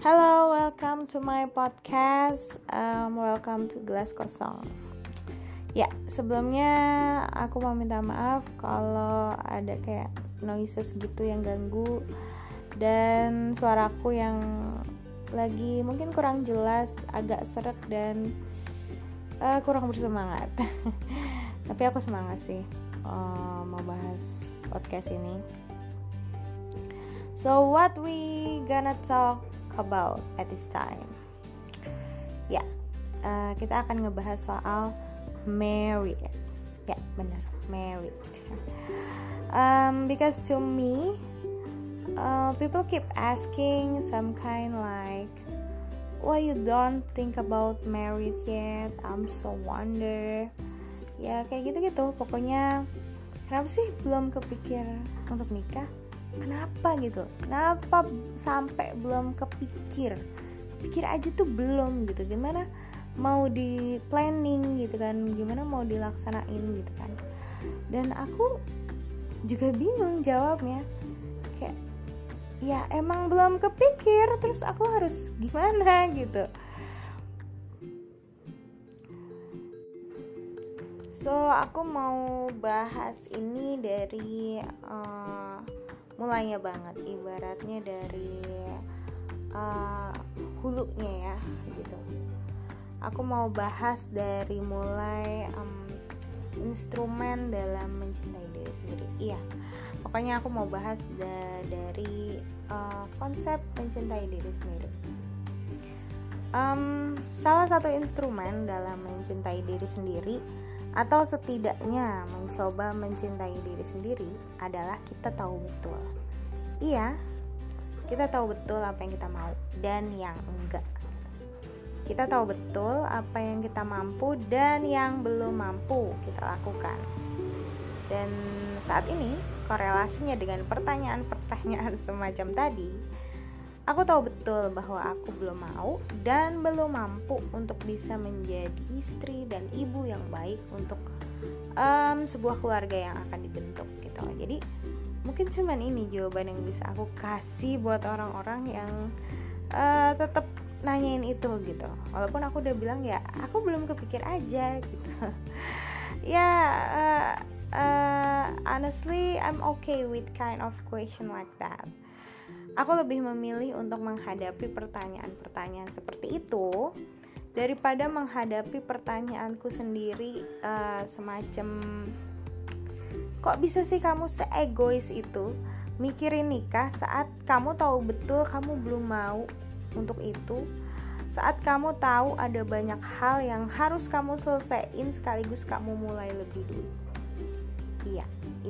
Hello, welcome to my podcast. Welcome to Gelas Kosong. Ya, sebelumnya aku mau minta maaf kalau ada kayak noises gitu yang ganggu dan suaraku yang lagi mungkin kurang jelas, agak seret dan kurang bersemangat. Tapi aku semangat sih mau bahas podcast ini. So what we gonna talk about at this time? Kita akan ngebahas soal married. Ya, benar, married. Because to me, people keep asking some kind like, why you don't think about married yet? I'm so wonder. Ya kayak gitu-gitu. Pokoknya kenapa sih belum kepikir untuk nikah? Kenapa gitu? Kenapa sampai belum kepikir? Pikir aja tuh belum gitu. Gimana mau di planning gitu kan? Gimana mau dilaksanain gitu kan? Dan aku juga bingung jawabnya. Kayak ya emang belum kepikir, terus aku harus gimana gitu. So aku mau bahas ini dari mulainya banget, ibaratnya dari hulunya ya gitu. Aku mau bahas dari mulai instrumen dalam mencintai diri sendiri. Iya, pokoknya aku mau bahas dari konsep mencintai diri sendiri. Salah satu instrumen dalam mencintai diri sendiri atau setidaknya mencoba mencintai diri sendiri adalah kita tahu betul. Iya, kita tahu betul apa yang kita mau dan yang enggak. Kita tahu betul apa yang kita mampu dan yang belum mampu kita lakukan. Dan saat ini korelasinya dengan pertanyaan-pertanyaan semacam tadi, aku tahu betul bahwa aku belum mau dan belum mampu untuk bisa menjadi istri dan ibu yang baik untuk sebuah keluarga yang akan dibentuk gitu. Jadi mungkin cuman ini jawaban yang bisa aku kasih buat orang-orang yang tetap nanyain itu gitu. Walaupun aku udah bilang ya aku belum kepikir aja gitu. Honestly I'm okay with kind of question like that. Aku lebih memilih untuk menghadapi pertanyaan-pertanyaan seperti itu daripada menghadapi pertanyaanku sendiri semacam kok bisa sih kamu seegois itu mikirin nikah saat kamu tahu betul kamu belum mau untuk itu, saat kamu tahu ada banyak hal yang harus kamu selesaiin sekaligus kamu mulai lebih dulu. Iya,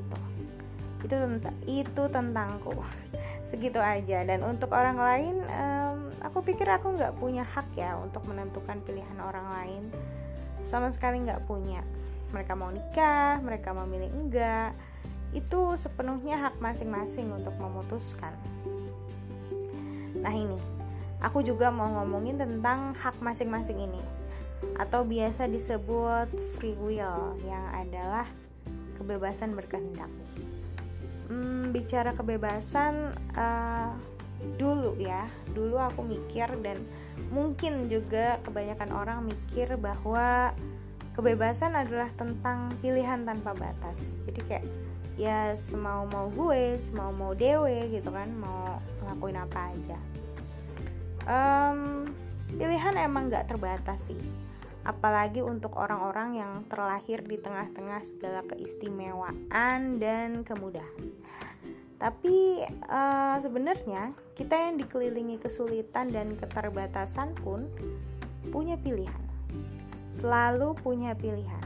itu tentangku. Segitu aja. Dan untuk orang lain, aku pikir aku nggak punya hak ya untuk menentukan pilihan orang lain. Sama sekali nggak punya. Mereka mau nikah, mereka memilih enggak, itu sepenuhnya hak masing-masing untuk memutuskan. Nah ini, aku juga mau ngomongin tentang hak masing-masing ini, atau biasa disebut free will, yang adalah kebebasan berkehendak. Bicara kebebasan, dulu aku mikir, dan mungkin juga kebanyakan orang mikir bahwa kebebasan adalah tentang pilihan tanpa batas. Jadi kayak ya semau-mau gue, semau-mau dewe gitu kan, mau ngelakuin apa aja. Pilihan emang gak terbatas sih, apalagi untuk orang-orang yang terlahir di tengah-tengah segala keistimewaan dan kemudahan. Tapi sebenarnya kita yang dikelilingi kesulitan dan keterbatasan pun punya pilihan, selalu punya pilihan.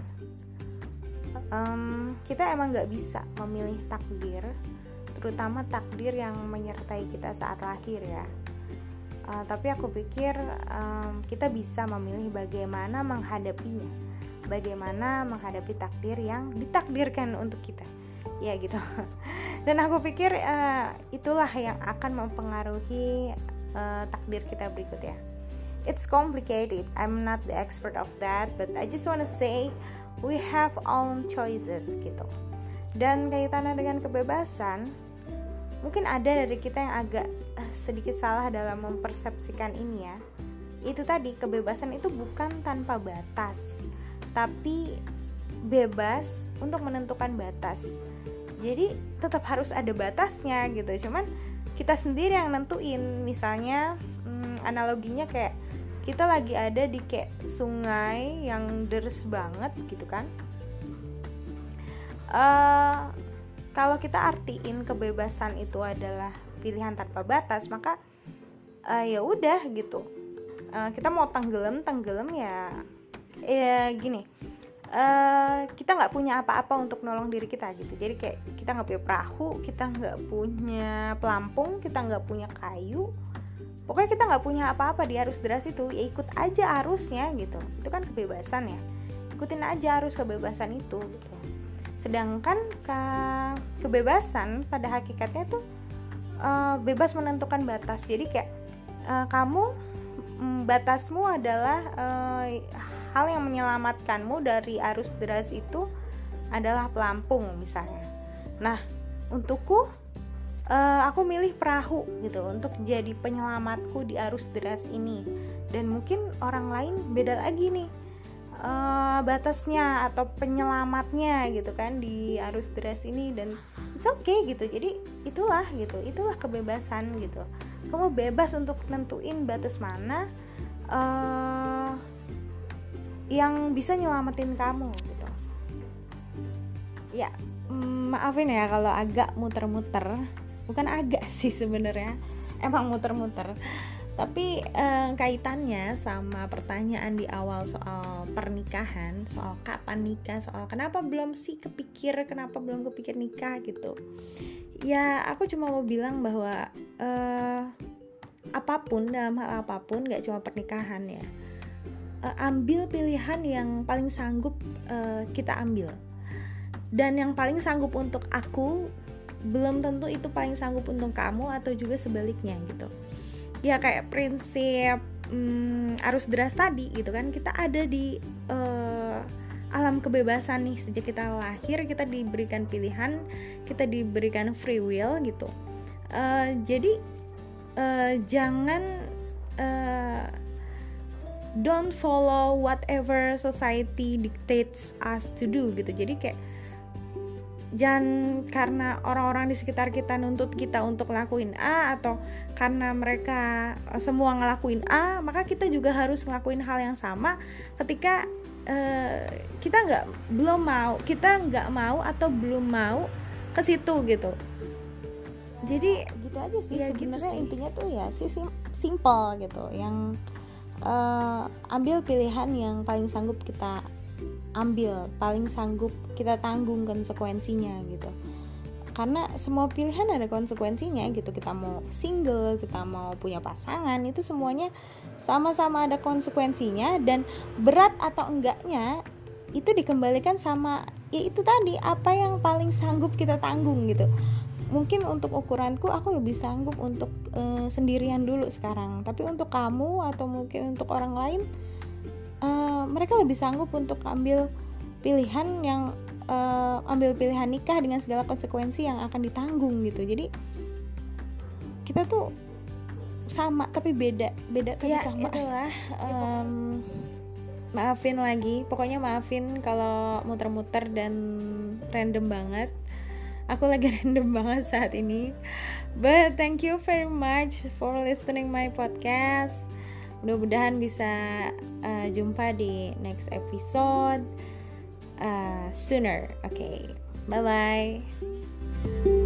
Kita emang gak bisa memilih takdir, terutama takdir yang menyertai kita saat lahir ya. Tapi aku pikir kita bisa memilih bagaimana menghadapinya, bagaimana menghadapi takdir yang ditakdirkan untuk kita, ya gitu. Dan aku pikir itulah yang akan mempengaruhi takdir kita berikutnya. It's complicated, I'm not the expert of that, but I just wanna say we have own choices gitu. Dan kaitannya dengan kebebasan, mungkin ada dari kita yang agak sedikit salah dalam mempersepsikan ini ya. Itu tadi, kebebasan itu bukan tanpa batas, tapi bebas untuk menentukan batas. Jadi tetap harus ada batasnya gitu. Cuman kita sendiri yang nentuin. Misalnya analoginya kayak kita lagi ada di kayak sungai yang deres banget gitu kan. Kalau kita artiin kebebasan itu adalah pilihan tanpa batas, maka ya udah gitu. Kita mau tenggelam ya gini. Kita nggak punya apa-apa untuk nolong diri kita gitu. Jadi kayak kita nggak punya perahu, kita nggak punya pelampung, kita nggak punya kayu. Pokoknya kita nggak punya apa-apa di arus deras itu. Ya ikut aja arusnya gitu. Itu kan kebebasan ya. Ikutin aja arus kebebasan itu gitu. Sedangkan kebebasan pada hakikatnya tuh bebas menentukan batas. Jadi kayak kamu batasmu adalah hal yang menyelamatkanmu dari arus deras itu adalah pelampung misalnya. Nah, untukku aku milih perahu gitu untuk jadi penyelamatku di arus deras ini. Dan mungkin orang lain beda lagi nih batasnya atau penyelamatnya gitu kan di arus deras ini, dan it's okay gitu. Jadi itulah kebebasan gitu. Kamu bebas untuk nentuin batas mana yang bisa nyelamatin kamu gitu. Ya, maafin ya kalau agak muter-muter. Bukan agak sih sebenarnya, emang muter-muter. Tapi kaitannya sama pertanyaan di awal soal pernikahan, soal kapan nikah, soal kenapa belum kepikir nikah gitu. Ya, aku cuma mau bilang bahwa apapun, dalam hal apapun, gak cuma pernikahan ya, ambil pilihan yang paling sanggup kita ambil. Dan yang paling sanggup untuk aku belum tentu itu paling sanggup untuk kamu, atau juga sebaliknya gitu. Ya kayak prinsip arus deras tadi gitu kan, kita ada di alam kebebasan nih. Sejak kita lahir kita diberikan pilihan, kita diberikan free will gitu. Jadi jangan don't follow whatever society dictates us to do gitu. Jadi kayak jangan karena orang-orang di sekitar kita nuntut kita untuk ngelakuin A, atau karena mereka semua ngelakuin A, maka kita juga harus ngelakuin hal yang sama ketika kita nggak mau atau belum mau ke situ gitu. Jadi gitu aja sih ya, sebenarnya gitu intinya tuh ya simple gitu, yang ambil pilihan yang paling sanggup kita ambil, paling sanggup kita tanggung konsekuensinya gitu. Karena semua pilihan ada konsekuensinya gitu. Kita mau single, kita mau punya pasangan, itu semuanya sama-sama ada konsekuensinya, dan berat atau enggaknya itu dikembalikan sama ya itu tadi, apa yang paling sanggup kita tanggung gitu. Mungkin untuk ukuranku aku lebih sanggup untuk sendirian dulu sekarang, tapi untuk kamu atau mungkin untuk orang lain mereka lebih sanggup untuk ambil pilihan nikah dengan segala konsekuensi yang akan ditanggung gitu. Jadi kita tuh sama tapi beda tapi ya, sama. Itulah maafin lagi, pokoknya maafin kalau muter-muter dan random banget. Aku lagi random banget saat ini. But thank you very much for listening my podcast. Mudah-mudahan bisa jumpa di next episode sooner. Okay, bye-bye.